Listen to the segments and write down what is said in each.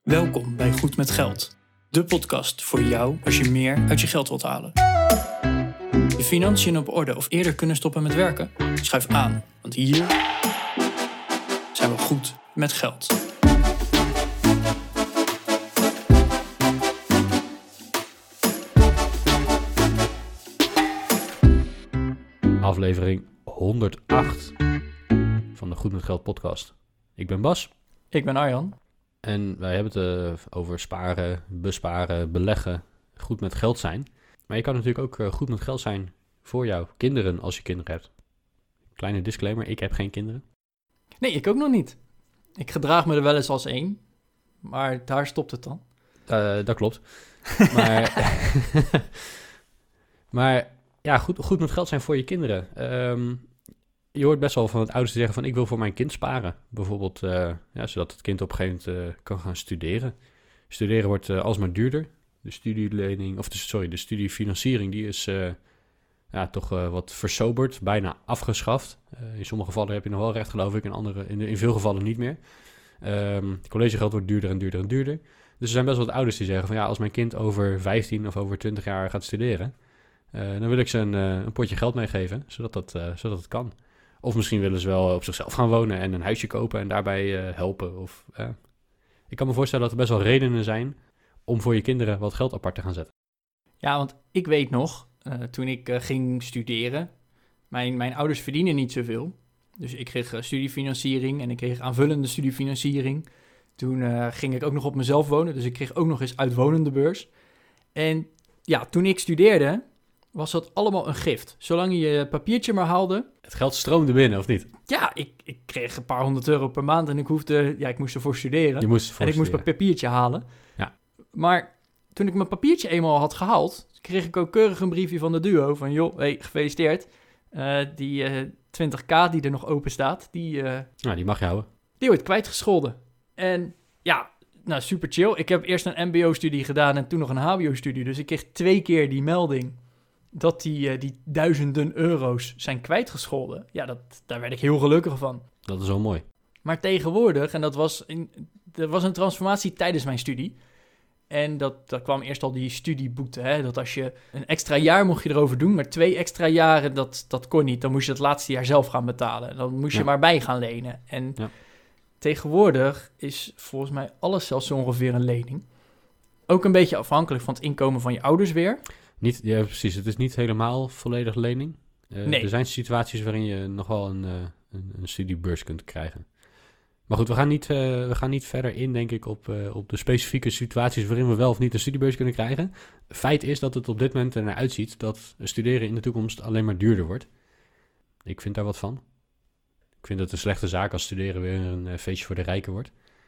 Welkom bij Goed met Geld, de podcast voor jou als je meer uit je geld wilt halen. Je financiën op orde of eerder kunnen stoppen met werken? Schuif aan, want hier zijn we goed met geld. Aflevering 108 van de Goed met Geld podcast. Ik ben Bas. Ik ben Arjan. En wij hebben het over sparen, besparen, beleggen, goed met geld zijn. Maar je kan natuurlijk ook goed met geld zijn voor jouw kinderen als je kinderen hebt. Kleine disclaimer, ik heb geen kinderen. Nee, ik ook nog niet. Ik gedraag me er wel eens als één, maar daar stopt het dan. Dat klopt. Maar ja, goed met geld zijn voor je kinderen. Je hoort best wel van het ouders die zeggen van ik wil voor mijn kind sparen. Bijvoorbeeld, zodat het kind op een gegeven moment kan gaan studeren. Studeren wordt alsmaar duurder. De studiefinanciering die is toch wat versoberd, bijna afgeschaft. In sommige gevallen heb je nog wel recht, geloof ik, in veel gevallen niet meer. Collegegeld wordt duurder en duurder en duurder. Dus er zijn best wel wat ouders die zeggen van ja, als mijn kind over 15 of over 20 jaar gaat studeren, dan wil ik ze een potje geld meegeven, zodat het kan. Of misschien willen ze wel op zichzelf gaan wonen en een huisje kopen en daarbij helpen. Ik kan me voorstellen dat er best wel redenen zijn om voor je kinderen wat geld apart te gaan zetten. Ja, want ik weet nog, toen ik ging studeren, mijn ouders verdienen niet zoveel. Dus ik kreeg studiefinanciering en ik kreeg aanvullende studiefinanciering. Toen ging ik ook nog op mezelf wonen, dus ik kreeg ook nog eens uitwonende beurs. En ja, toen ik studeerde, was dat allemaal een gift. Zolang je je papiertje maar haalde. Het geld stroomde binnen, of niet? Ja, ik kreeg een paar €100 per maand en ik moest ervoor studeren. Je moest ervoor en ik moest mijn papiertje halen. Ja. Maar toen ik mijn papiertje eenmaal had gehaald, kreeg ik ook keurig een briefje van de Duo van joh, hey, gefeliciteerd. Die 20k die er nog open staat, die mag je houden. Die wordt kwijtgescholden. En ja, nou super chill. Ik heb eerst een mbo-studie gedaan en toen nog een hbo-studie. Dus ik kreeg 2 keer die melding dat die duizenden euro's zijn kwijtgescholden. Ja, daar werd ik heel gelukkig van. Dat is wel mooi. Maar tegenwoordig, en er was een transformatie tijdens mijn studie. En dat kwam eerst al die studieboete. Hè? Dat als je een extra jaar mocht je erover doen, maar 2 extra jaren, dat kon niet. Dan moest je het laatste jaar zelf gaan betalen. Dan moest je maar bij gaan lenen. En tegenwoordig is volgens mij alles zelfs zo ongeveer een lening. Ook een beetje afhankelijk van het inkomen van je ouders weer. Ja, precies. Het is niet helemaal volledig lening. Nee. Er zijn situaties waarin je nog wel een studiebeurs kunt krijgen. Maar goed, we gaan niet verder in, denk ik, op de specifieke situaties waarin we wel of niet een studiebeurs kunnen krijgen. Feit is dat het op dit moment er naar uitziet dat studeren in de toekomst alleen maar duurder wordt. Ik vind daar wat van. Ik vind het een slechte zaak als studeren weer een feestje voor de rijken wordt.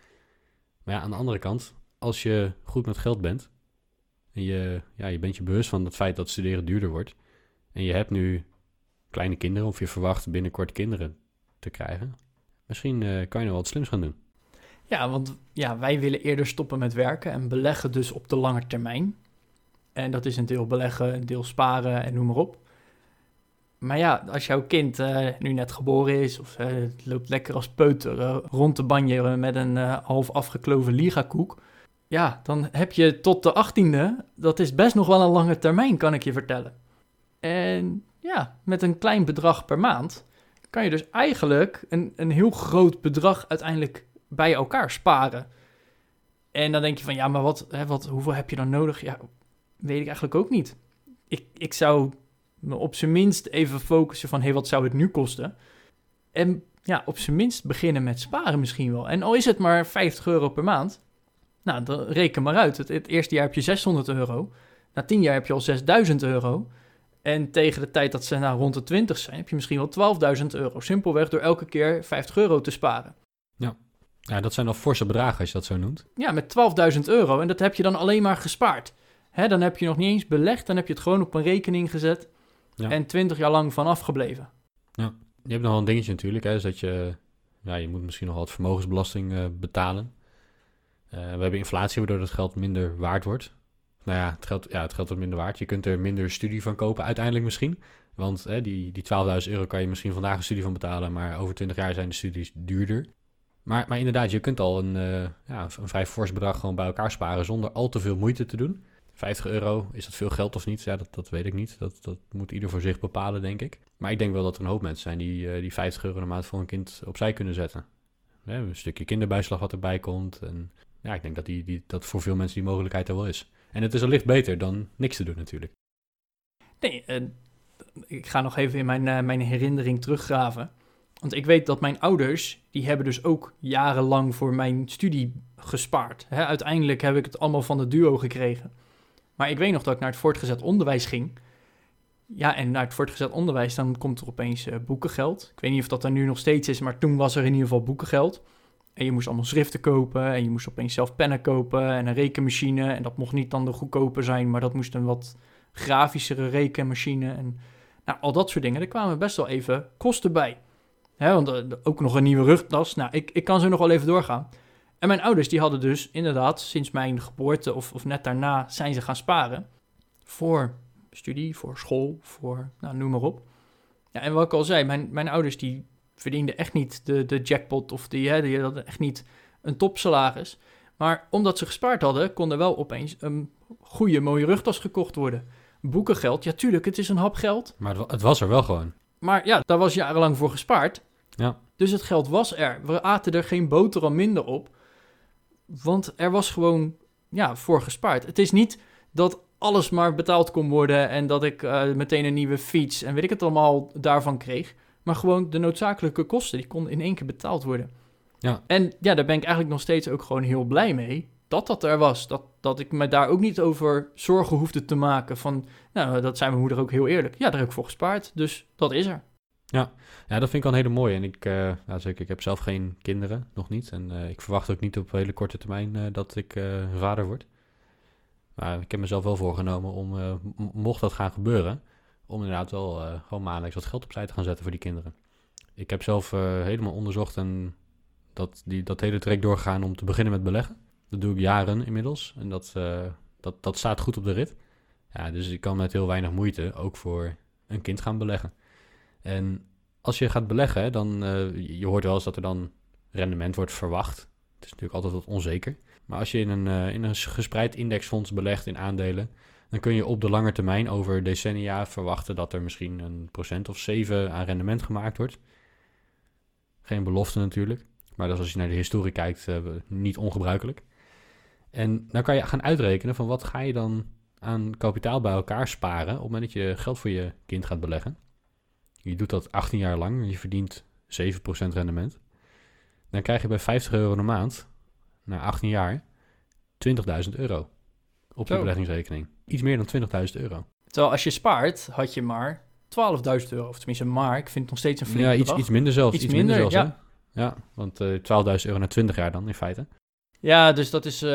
Maar ja, aan de andere kant, als je goed met geld bent en je bent je bewust van het feit dat studeren duurder wordt en je hebt nu kleine kinderen of je verwacht binnenkort kinderen te krijgen, misschien kan je nog wat slims gaan doen. Ja, want wij willen eerder stoppen met werken en beleggen dus op de lange termijn. En dat is een deel beleggen, een deel sparen en noem maar op. Maar ja, als jouw kind nu net geboren is of het loopt lekker als peuter rond te banjeren met een half afgekloven ligakoek, ja, dan heb je tot de 18e, dat is best nog wel een lange termijn, kan ik je vertellen. En ja, met een klein bedrag per maand kan je dus eigenlijk een heel groot bedrag uiteindelijk bij elkaar sparen. En dan denk je van, ja, maar hoeveel heb je dan nodig? Ja, weet ik eigenlijk ook niet. Ik zou me op zijn minst even focussen van, wat zou het nu kosten? En ja, op zijn minst beginnen met sparen misschien wel. En al is het maar €50 per maand, nou, dan reken maar uit. Het eerste jaar heb je €600. Na 10 jaar heb je al €6.000. En tegen de tijd dat ze rond de 20 zijn, heb je misschien wel €12.000. Simpelweg door elke keer €50 te sparen. Ja, dat zijn al forse bedragen als je dat zo noemt. Ja, met €12.000 en dat heb je dan alleen maar gespaard. Dan heb je nog niet eens belegd, dan heb je het gewoon op een rekening gezet en 20 jaar lang van afgebleven. Ja, je hebt nog wel een dingetje natuurlijk, is dat je moet misschien nog wat vermogensbelasting betalen. We hebben inflatie waardoor het geld minder waard wordt. Nou ja, het geld wordt minder waard. Je kunt er minder studie van kopen uiteindelijk misschien. Want die €12.000 kan je misschien vandaag een studie van betalen, maar over 20 jaar zijn de studies duurder. Maar inderdaad, je kunt al een vrij fors bedrag gewoon bij elkaar sparen zonder al te veel moeite te doen. €50, is dat veel geld of niet? Ja, dat weet ik niet. Dat moet ieder voor zich bepalen, denk ik. Maar ik denk wel dat er een hoop mensen zijn die €50 een maand voor een kind opzij kunnen zetten. Een stukje kinderbijslag wat erbij komt. En ja, ik denk dat voor veel mensen die mogelijkheid er wel is. En het is allicht beter dan niks te doen natuurlijk. Nee, ik ga nog even in mijn herinnering teruggraven. Want ik weet dat mijn ouders, die hebben dus ook jarenlang voor mijn studie gespaard. Uiteindelijk heb ik het allemaal van de duo gekregen. Maar ik weet nog dat ik naar het voortgezet onderwijs ging. Ja, en naar het voortgezet onderwijs, dan komt er opeens boekengeld. Ik weet niet of dat er nu nog steeds is, maar toen was er in ieder geval boekengeld. En je moest allemaal schriften kopen en je moest opeens zelf pennen kopen en een rekenmachine. En dat mocht niet dan de goedkope zijn, maar dat moest een wat grafischere rekenmachine. En nou, al dat soort dingen, daar kwamen best wel even kosten bij. Want ook nog een nieuwe rugtas. Nou, ik kan zo nog wel even doorgaan. En mijn ouders die hadden dus inderdaad sinds mijn geboorte of net daarna zijn ze gaan sparen. Voor studie, voor school, voor noem maar op. Ja, en wat ik al zei, mijn ouders die verdienden echt niet de jackpot of die hadden echt niet een topsalaris. Maar omdat ze gespaard hadden, kon er wel opeens een goede, mooie rugtas gekocht worden. Boekengeld, ja tuurlijk, het is een hap geld. Maar het was er wel gewoon. Maar ja, daar was jarenlang voor gespaard. Ja. Dus het geld was er. We aten er geen boterham minder op. Want er was gewoon voor gespaard. Het is niet dat alles maar betaald kon worden en dat ik meteen een nieuwe fiets en weet ik het allemaal daarvan kreeg. Maar gewoon de noodzakelijke kosten, die konden in één keer betaald worden. Ja. En ja, daar ben ik eigenlijk nog steeds ook gewoon heel blij mee dat er was. Dat ik me daar ook niet over zorgen hoefde te maken van, dat zei mijn moeder ook heel eerlijk. Ja, daar heb ik voor gespaard, dus dat is er. Ja, dat vind ik wel een hele mooie. En ik heb zelf geen kinderen, nog niet. En ik verwacht ook niet op hele korte termijn dat ik vader word. Maar ik heb mezelf wel voorgenomen om, mocht dat gaan gebeuren, om inderdaad wel gewoon maandelijks wat geld opzij te gaan zetten voor die kinderen. Ik heb zelf helemaal onderzocht en dat hele traject doorgegaan om te beginnen met beleggen. Dat doe ik jaren inmiddels en dat staat goed op de rit. Ja, dus ik kan met heel weinig moeite ook voor een kind gaan beleggen. En als je gaat beleggen, dan je hoort wel eens dat er dan rendement wordt verwacht. Het is natuurlijk altijd wat onzeker. Maar als je in een gespreid indexfonds belegt in aandelen, dan kun je op de lange termijn over decennia verwachten dat er misschien 1% of 7 aan rendement gemaakt wordt. Geen belofte natuurlijk, maar dat is als je naar de historie kijkt niet ongebruikelijk. En dan kan je gaan uitrekenen van wat ga je dan aan kapitaal bij elkaar sparen op het moment dat je geld voor je kind gaat beleggen. Je doet dat 18 jaar lang en je verdient 7% rendement. Dan krijg je bij €50 een maand, na 18 jaar, €20.000 op je beleggingsrekening. Iets meer dan €20.000. Terwijl als je spaart, had je maar €12.000. Of tenminste maar, ik vind het nog steeds een flink bedrag. Iets minder zelfs. Iets minder zelfs, ja. Ja, want €12.000 na 20 jaar dan in feite. Ja, dus dat is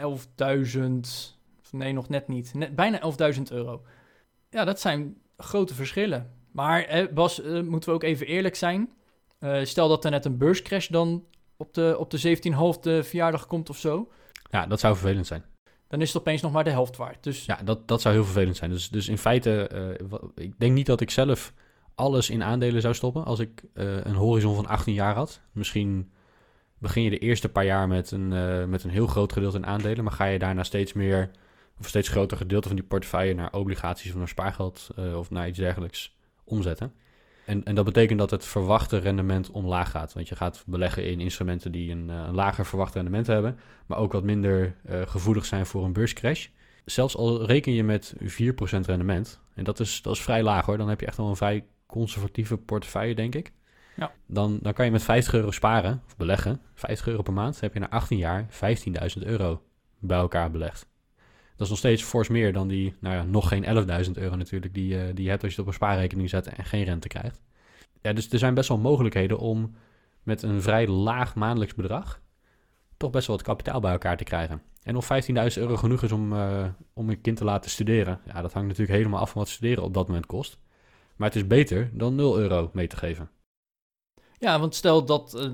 11.000... Nee, nog net niet. Bijna €11.000. Ja, dat zijn grote verschillen. Maar Bas, moeten we ook even eerlijk zijn. Stel dat er net een beurscrash dan op de 17e verjaardag komt of zo. Ja, dat zou vervelend zijn. Dan is het opeens nog maar de helft waard. Dus... Ja, dat zou heel vervelend zijn. Dus in feite, ik denk niet dat ik zelf alles in aandelen zou stoppen als ik een horizon van 18 jaar had. Misschien begin je de eerste paar jaar met een heel groot gedeelte in aandelen, maar ga je daarna steeds meer of steeds groter gedeelte van die portefeuille naar obligaties of naar spaargeld of naar iets dergelijks omzetten. En dat betekent dat het verwachte rendement omlaag gaat. Want je gaat beleggen in instrumenten die een lager verwacht rendement hebben, maar ook wat minder gevoelig zijn voor een beurscrash. Zelfs al reken je met 4% rendement, en dat is vrij laag hoor, dan heb je echt wel een vrij conservatieve portefeuille, denk ik. Ja. Dan kan je met €50 sparen, of beleggen, €50 per maand, dan heb je na 18 jaar €15.000 bij elkaar belegd. Dat is nog steeds fors meer dan die, nog geen €11.000 natuurlijk, die je hebt als je het op een spaarrekening zet en geen rente krijgt. Ja, dus er zijn best wel mogelijkheden om met een vrij laag maandelijks bedrag toch best wel wat kapitaal bij elkaar te krijgen. En of €15.000 genoeg is om een kind te laten studeren, ja, dat hangt natuurlijk helemaal af van wat studeren op dat moment kost. Maar het is beter dan €0 mee te geven. Ja, want stel dat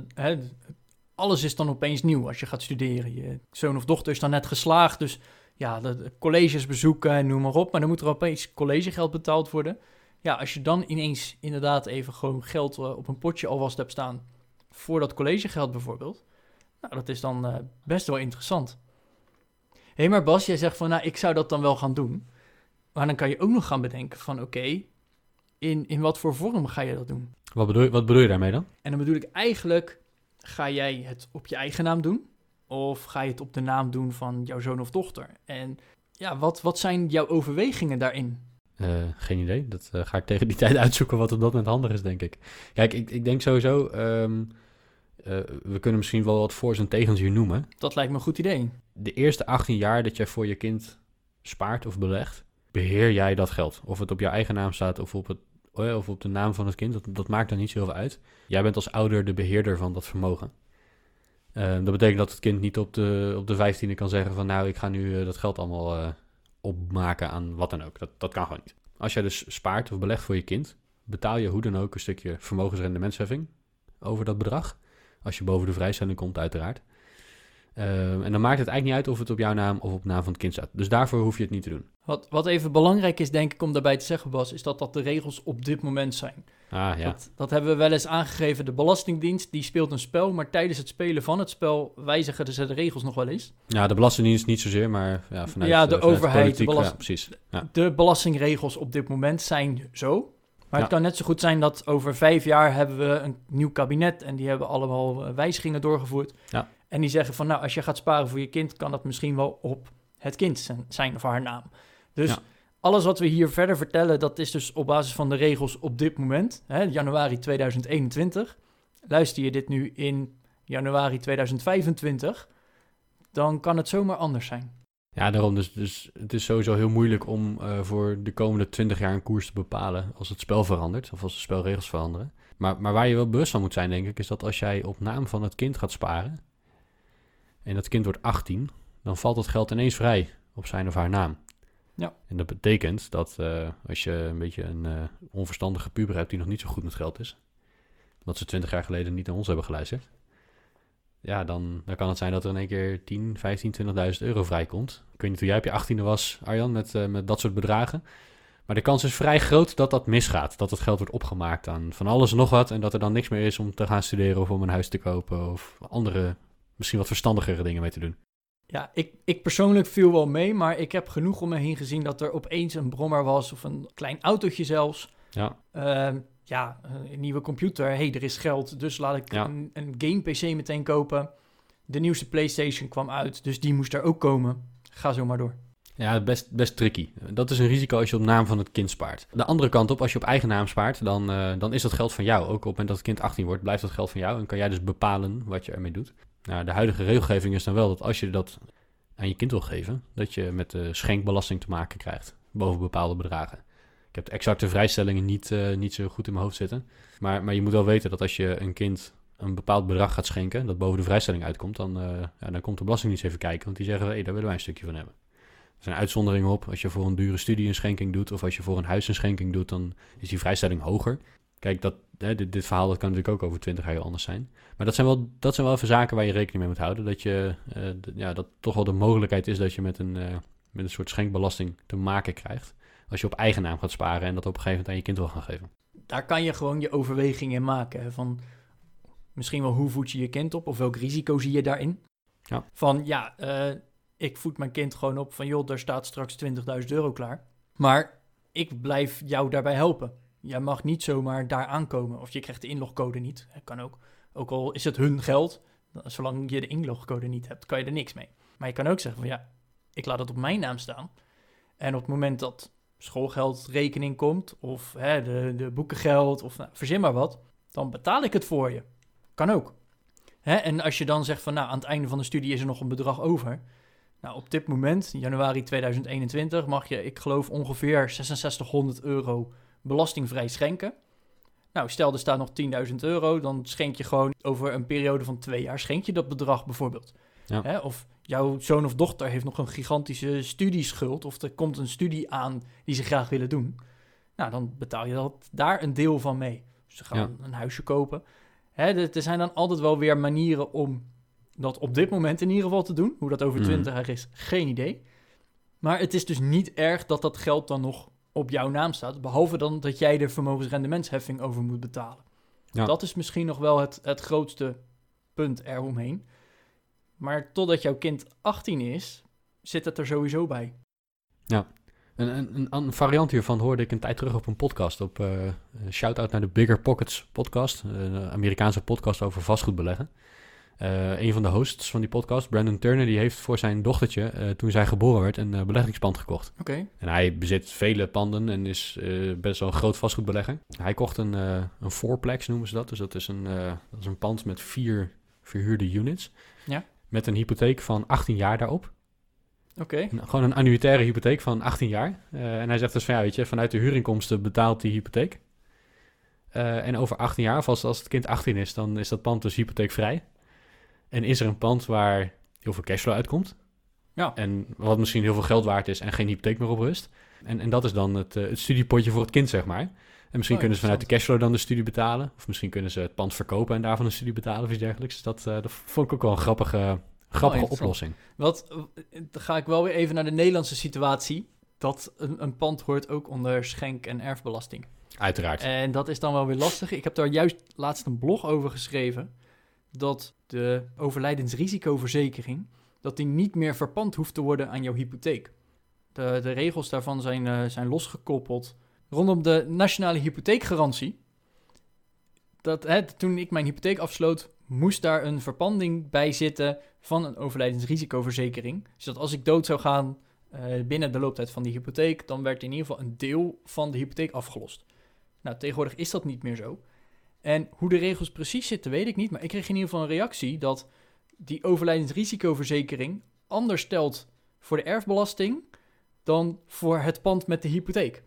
alles is dan opeens nieuw als je gaat studeren. Je zoon of dochter is dan net geslaagd, dus ja, de colleges bezoeken en noem maar op. Maar dan moet er opeens collegegeld betaald worden. Ja, als je dan ineens inderdaad even gewoon geld op een potje alvast hebt staan voor dat collegegeld bijvoorbeeld. Nou, dat is dan best wel interessant. Hé, maar Bas, jij zegt van, nou, ik zou dat dan wel gaan doen. Maar dan kan je ook nog gaan bedenken van, oké, in wat voor vorm ga je dat doen? Wat bedoel je daarmee dan? En dan bedoel ik eigenlijk, ga jij het op je eigen naam doen? Of ga je het op de naam doen van jouw zoon of dochter? En ja, wat zijn jouw overwegingen daarin? Geen idee. Dat ga ik tegen die tijd uitzoeken wat op dat moment handig is, denk ik. Kijk, ik denk sowieso... we kunnen misschien wel wat voor's en tegens hier noemen. Dat lijkt me een goed idee. De eerste 18 jaar dat jij voor je kind spaart of belegt, beheer jij dat geld. Of het op jouw eigen naam staat of op de naam van het kind, dat maakt dan niet zoveel uit. Jij bent als ouder de beheerder van dat vermogen. Dat betekent dat het kind niet op de 15e kan zeggen van nou, ik ga nu dat geld allemaal opmaken aan wat dan ook. Dat kan gewoon niet. Als jij dus spaart of belegt voor je kind, betaal je hoe dan ook een stukje vermogensrendementsheffing over dat bedrag. Als je boven de vrijstelling komt, uiteraard. En dan maakt het eigenlijk niet uit of het op jouw naam of op de naam van het kind staat. Dus daarvoor hoef je het niet te doen. Wat even belangrijk is, denk ik, om daarbij te zeggen, Bas, is dat de regels op dit moment zijn. Ah, ja. Dat hebben we wel eens aangegeven. De Belastingdienst, die speelt een spel, maar tijdens het spelen van het spel wijzigen ze de regels nog wel eens. Ja, de Belastingdienst niet zozeer, maar vanuit de overheid, de politiek, precies. Ja. De belastingregels op dit moment zijn zo. Maar het kan net zo goed zijn dat over 5 jaar hebben we een nieuw kabinet en die hebben allemaal wijzigingen doorgevoerd. Ja. En die zeggen van, nou, als je gaat sparen voor je kind, kan dat misschien wel op het kind zijn of haar naam. Dus alles wat we hier verder vertellen, dat is dus op basis van de regels op dit moment, januari 2021. Luister je dit nu in januari 2025, dan kan het zomaar anders zijn. Ja, daarom. Dus het is sowieso heel moeilijk om voor de komende 20 jaar een koers te bepalen als het spel verandert of als de spelregels veranderen. Maar waar je wel bewust van moet zijn, denk ik, is dat als jij op naam van het kind gaat sparen en dat kind wordt 18, dan valt dat geld ineens vrij op zijn of haar naam. Ja. En dat betekent dat als je een beetje een onverstandige puber hebt die nog niet zo goed met geld is, omdat ze 20 jaar geleden niet naar ons hebben geluisterd, ja, dan kan het zijn dat er in één keer 10, 15, 20.000 euro vrijkomt. Ik weet niet hoe jij op je 18e was, Arjan, met dat soort bedragen. Maar de kans is vrij groot dat dat misgaat. Dat het geld wordt opgemaakt aan van alles en nog wat. En dat er dan niks meer is om te gaan studeren of om een huis te kopen of andere, misschien wat verstandigere dingen mee te doen. Ja, ik persoonlijk viel wel mee, maar ik heb genoeg om me heen gezien dat er opeens een brommer was of een klein autootje zelfs. Ja. Een nieuwe computer. Er is geld, dus laat ik een game-pc meteen kopen. De nieuwste PlayStation kwam uit, dus die moest er ook komen. Ga zo maar door. Ja, best tricky. Dat is een risico als je op naam van het kind spaart. De andere kant op, als je op eigen naam spaart, dan is dat geld van jou. Ook op het moment dat het kind 18 wordt, blijft dat geld van jou. En kan jij dus bepalen wat je ermee doet. Nou, de huidige regelgeving is dan wel dat als je dat aan je kind wil geven, dat je met de schenkbelasting te maken krijgt. Boven bepaalde bedragen. Ik heb de exacte vrijstellingen niet zo goed in mijn hoofd zitten. Maar je moet wel weten dat als je een kind een bepaald bedrag gaat schenken, dat boven de vrijstelling uitkomt, dan komt de Belastingdienst even kijken. Want die zeggen, daar willen wij een stukje van hebben. Er zijn uitzonderingen op. Als je voor een dure studie een schenking doet, of als je voor een huis een schenking doet, dan is die vrijstelling hoger. Kijk, dit verhaal dat kan natuurlijk ook over 20 jaar anders zijn. Maar dat zijn wel even zaken waar je rekening mee moet houden. Dat je dat toch wel de mogelijkheid is dat je met een soort schenkbelasting te maken krijgt. Als je op eigen naam gaat sparen en dat op een gegeven moment aan je kind wil gaan geven. Daar kan je gewoon je overweging in maken. Hè? Van misschien wel hoe voed je je kind op of welk risico zie je daarin. Ja. Van ik voed mijn kind gewoon op van joh, daar staat straks 20.000 euro klaar. Maar ik blijf jou daarbij helpen. Jij mag niet zomaar daar aankomen. Of je krijgt de inlogcode niet. Dat kan ook. Ook al is het hun geld. Zolang je de inlogcode niet hebt, kan je er niks mee. Maar je kan ook zeggen van ik laat het op mijn naam staan. En op het moment dat schoolgeldrekening komt, of de boekengeld, of verzin maar wat, dan betaal ik het voor je. Kan ook. En als je dan zegt van aan het einde van de studie is er nog een bedrag over. Nou, op dit moment, januari 2021, mag je, ik geloof, ongeveer 6600 euro belastingvrij schenken. Nou, stel er staat nog 10.000 euro, dan schenk je gewoon over een periode van 2 jaar, schenk je dat bedrag bijvoorbeeld. Ja. Of jouw zoon of dochter heeft nog een gigantische studieschuld, of er komt een studie aan die ze graag willen doen. Nou, dan betaal je daar een deel van mee. Dus ze gaan een huisje kopen. Er zijn dan altijd wel weer manieren om dat op dit moment in ieder geval te doen. Hoe dat over 20 jaar is, geen idee. Maar het is dus niet erg dat dat geld dan nog op jouw naam staat. Behalve dan dat jij de vermogensrendementsheffing over moet betalen. Ja. Dat is misschien nog wel het grootste punt eromheen. Maar totdat jouw kind 18 is, zit het er sowieso bij. Ja. Een variant hiervan hoorde ik een tijd terug op een podcast. Shout-out naar de Bigger Pockets podcast. Een Amerikaanse podcast over vastgoedbeleggen. Een van de hosts van die podcast, Brandon Turner, die heeft voor zijn dochtertje, toen zij geboren werd, een beleggingspand gekocht. Oké. En hij bezit vele panden en is best wel een groot vastgoedbelegger. Hij kocht een fourplex, noemen ze dat. Dus dat is een pand met 4 verhuurde units. Ja. Met een hypotheek van 18 jaar daarop. Oké. Gewoon een annuitaire hypotheek van 18 jaar. En hij zegt dus van, ja, weet je, vanuit de huurinkomsten betaalt die hypotheek. En over 18 jaar, of als het kind 18 is, dan is dat pand dus hypotheekvrij. En is er een pand waar heel veel cashflow uitkomt. Ja. En wat misschien heel veel geld waard is en geen hypotheek meer op rust. En dat is dan het studiepotje voor het kind, zeg maar. En misschien kunnen ze vanuit de cashflow dan de studie betalen. Of misschien kunnen ze het pand verkopen en daarvan een studie betalen of iets dergelijks. Dus dat vond ik ook wel een grappige oplossing. Dan ga ik wel weer even naar de Nederlandse situatie. Dat een pand hoort ook onder schenk- en erfbelasting. Uiteraard. En dat is dan wel weer lastig. Ik heb daar juist laatst een blog over geschreven. Dat de overlijdensrisicoverzekering, dat die niet meer verpand hoeft te worden aan jouw hypotheek. De regels daarvan zijn losgekoppeld rondom de nationale hypotheekgarantie. Toen ik mijn hypotheek afsloot, moest daar een verpanding bij zitten van een overlijdensrisicoverzekering. Zodat als ik dood zou gaan binnen de looptijd van die hypotheek, dan werd in ieder geval een deel van de hypotheek afgelost. Nou, tegenwoordig is dat niet meer zo. En hoe de regels precies zitten, weet ik niet. Maar ik kreeg in ieder geval een reactie dat die overlijdensrisicoverzekering anders stelt voor de erfbelasting dan voor het pand met de hypotheek.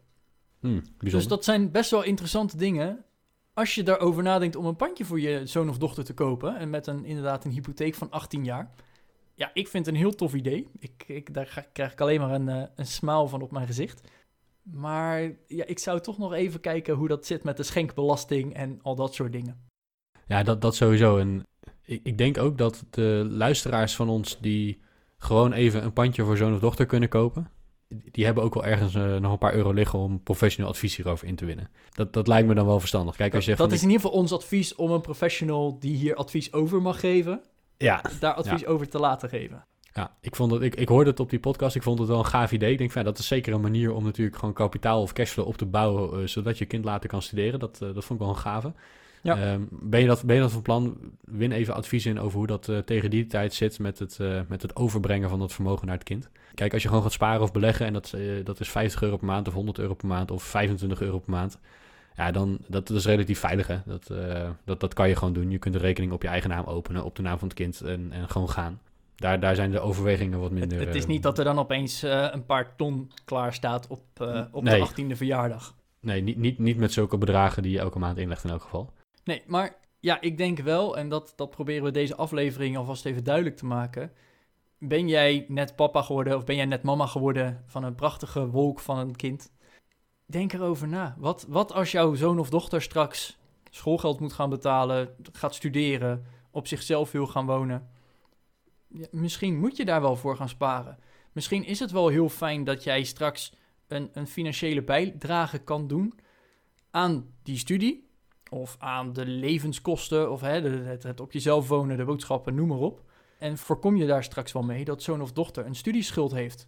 Dus dat zijn best wel interessante dingen als je daarover nadenkt om een pandje voor je zoon of dochter te kopen en met inderdaad een hypotheek van 18 jaar. Ja, ik vind het een heel tof idee. Daar krijg ik alleen maar een smile van op mijn gezicht. Maar ja, ik zou toch nog even kijken hoe dat zit met de schenkbelasting en al dat soort dingen. Ja, dat sowieso. En ik denk ook dat de luisteraars van ons die gewoon even een pandje voor zoon of dochter kunnen kopen, die hebben ook wel ergens nog een paar euro liggen om professioneel advies hierover in te winnen. Dat lijkt me dan wel verstandig. Kijk, als je dat is in ieder geval ons advies om een professional die hier advies over mag geven, daar advies over te laten geven. Ja, ik hoorde het op die podcast. Ik vond het wel een gaaf idee. Ik denk van, dat is zeker een manier om natuurlijk gewoon kapitaal of cashflow op te bouwen, zodat je kind later kan studeren. Dat vond ik wel een gave. Ja. Ben je dat van plan? Win even advies in over hoe dat tegen die tijd zit met het overbrengen van dat vermogen naar het kind. Kijk, als je gewoon gaat sparen of beleggen en dat is 50 euro per maand of 100 euro per maand of 25 euro per maand. Ja, dan dat is relatief veilig, hè. Dat kan je gewoon doen. Je kunt de rekening op je eigen naam openen, op de naam van het kind en gewoon gaan. Daar zijn de overwegingen wat minder. Het is niet dat er dan opeens een paar ton klaar staat op de 18e verjaardag. Nee, niet met zulke bedragen die je elke maand inlegt in elk geval. Nee, maar ja, ik denk wel, en dat proberen we deze aflevering alvast even duidelijk te maken. Ben jij net papa geworden of ben jij net mama geworden van een prachtige wolk van een kind? Denk erover na. Wat als jouw zoon of dochter straks schoolgeld moet gaan betalen, gaat studeren, op zichzelf wil gaan wonen? Ja, misschien moet je daar wel voor gaan sparen. Misschien is het wel heel fijn dat jij straks een financiële bijdrage kan doen aan die studie. Of aan de levenskosten, of het op jezelf wonen, de boodschappen, noem maar op. En voorkom je daar straks wel mee dat zoon of dochter een studieschuld heeft.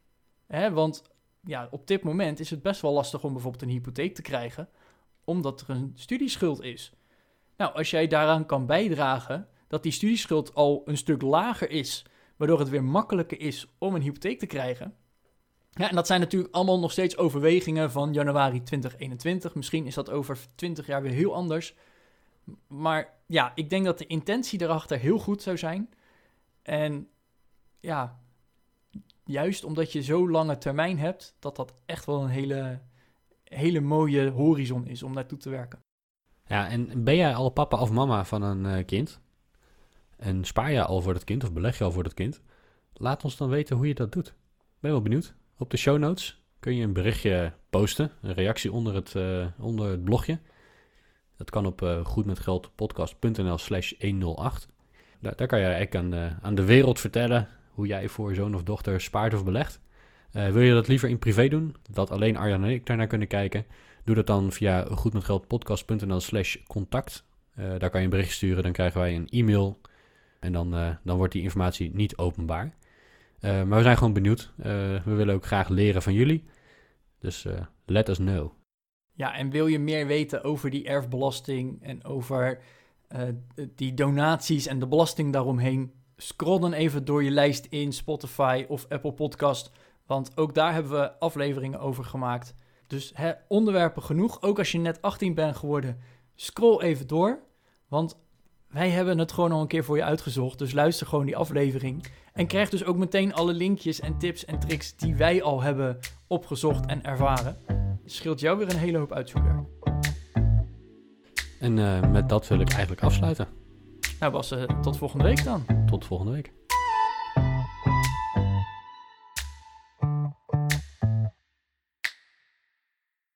Want ja, op dit moment is het best wel lastig om bijvoorbeeld een hypotheek te krijgen, omdat er een studieschuld is. Nou, als jij daaraan kan bijdragen dat die studieschuld al een stuk lager is, waardoor het weer makkelijker is om een hypotheek te krijgen. Ja, en dat zijn natuurlijk allemaal nog steeds overwegingen van januari 2021. Misschien is dat over 20 jaar weer heel anders. Maar ja, ik denk dat de intentie erachter heel goed zou zijn. En ja, juist omdat je zo lange termijn hebt, dat echt wel een hele mooie horizon is om naartoe te werken. Ja, en ben jij al papa of mama van een kind? En spaar je al voor dat kind of beleg je al voor dat kind? Laat ons dan weten hoe je dat doet. Ben wel benieuwd. Op de show notes kun je een berichtje posten, een reactie onder het blogje. Dat kan op goedmetgeldpodcast.nl/108. Daar kan je eigenlijk aan de wereld vertellen hoe jij voor zoon of dochter spaart of belegt. Wil je dat liever in privé doen, dat alleen Arjan en ik daarnaar kunnen kijken? Doe dat dan via goedmetgeldpodcast.nl/contact. Daar kan je een bericht sturen, dan krijgen wij een e-mail En dan wordt die informatie niet openbaar. Maar we zijn gewoon benieuwd. We willen ook graag leren van jullie. Dus let us know. Ja, en wil je meer weten over die erfbelasting en over die donaties en de belasting daaromheen? Scroll dan even door je lijst in Spotify of Apple Podcast, want ook daar hebben we afleveringen over gemaakt. Dus onderwerpen genoeg. Ook als je net 18 bent geworden, scroll even door, want wij hebben het gewoon al een keer voor je uitgezocht. Dus luister gewoon die aflevering en krijg dus ook meteen alle linkjes en tips en tricks die wij al hebben opgezocht en ervaren. Het scheelt jou weer een hele hoop uitzoekwerk. En met dat wil ik eigenlijk afsluiten. Nou Bas, tot volgende week dan. Tot volgende week.